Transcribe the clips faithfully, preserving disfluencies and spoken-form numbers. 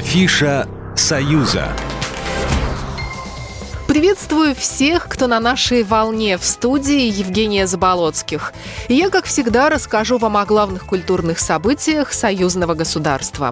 Афиша «Союза». Приветствую всех, кто на нашей волне. В студии Евгения Заболоцких. И я, как всегда, расскажу вам о главных культурных событиях союзного государства.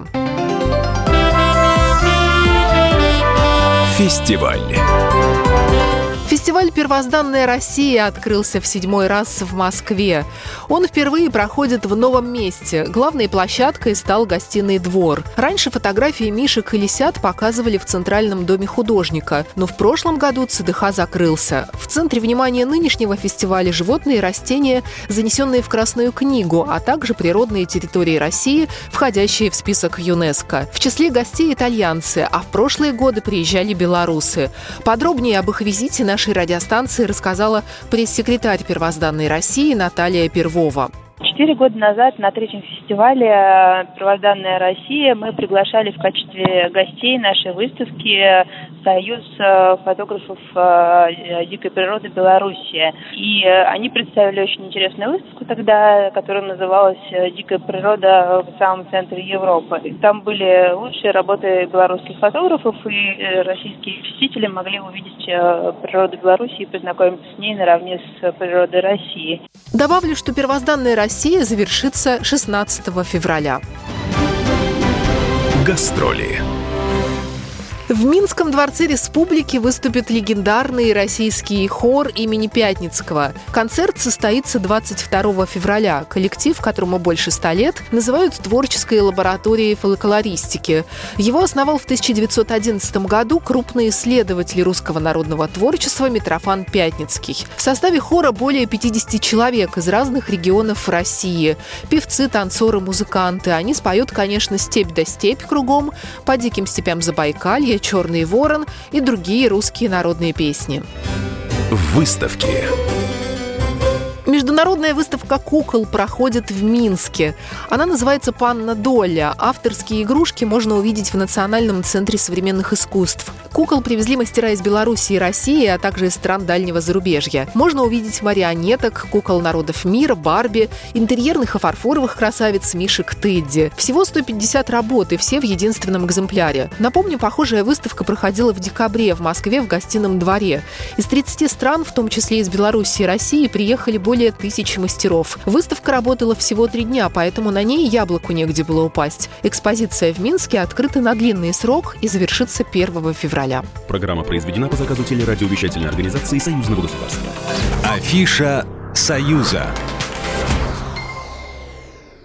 Фестиваль. Фестиваль «Первозданная Россия» открылся в седьмой раз в Москве. Он впервые проходит в новом месте. Главной площадкой стал гостиный двор. Раньше фотографии мишек и лисят показывали в Центральном доме художника, но в прошлом году ЦДХ закрылся. В центре внимания нынешнего фестиваля животные и растения, занесенные в Красную книгу, а также природные территории России, входящие в список ЮНЕСКО. В числе гостей итальянцы, а в прошлые годы приезжали белорусы. Подробнее об их визите на нашей радиостанции рассказала пресс-секретарь «Первозданной России» Наталья Первова. Четыре года назад на третьем фестивале «Первозданная Россия» мы приглашали в качестве гостей нашей выставки Союз фотографов дикой природы Беларуси. И они представили очень интересную выставку тогда, которая называлась «Дикая природа в самом центре Европы». Там были лучшие работы белорусских фотографов, и российские посетители могли увидеть природу Беларуси и познакомиться с ней наравне с природой России. Добавлю, что «Первозданная Россия» завершится шестнадцатого февраля. Гастроли. В Минском дворце Республики выступит легендарный российский хор имени Пятницкого. Концерт состоится двадцать второго февраля. Коллектив, которому больше ста лет, называют творческой лабораторией фольклористики. Его основал в тысяча девятьсот одиннадцатом году крупный исследователь русского народного творчества Митрофан Пятницкий. В составе хора более пятидесяти человек из разных регионов России. Певцы, танцоры, музыканты. Они споют, конечно, «Степь да степь кругом», «По диким степям Забайкалья», «Черный ворон» и другие русские народные песни. Выставки. Международная выставка кукол проходит в Минске. Она называется «Панна Доля». Авторские игрушки можно увидеть в Национальном центре современных искусств. Кукол привезли мастера из Беларуси и России, а также из стран дальнего зарубежья. Можно увидеть марионеток, кукол народов мира, Барби, интерьерных и фарфоровых красавиц, мишек Тедди. Всего сто пятьдесят работ, и все в единственном экземпляре. Напомню, похожая выставка проходила в декабре в Москве в гостином дворе. Из тридцати стран, в том числе из Беларуси и России, приехали более более тысячи мастеров. Выставка работала всего три дня, поэтому на ней яблоку негде было упасть. Экспозиция в Минске открыта на длинный срок и завершится первого февраля. Программа произведена по заказу телерадиовещательной организации Союзного государства. Афиша «Союза».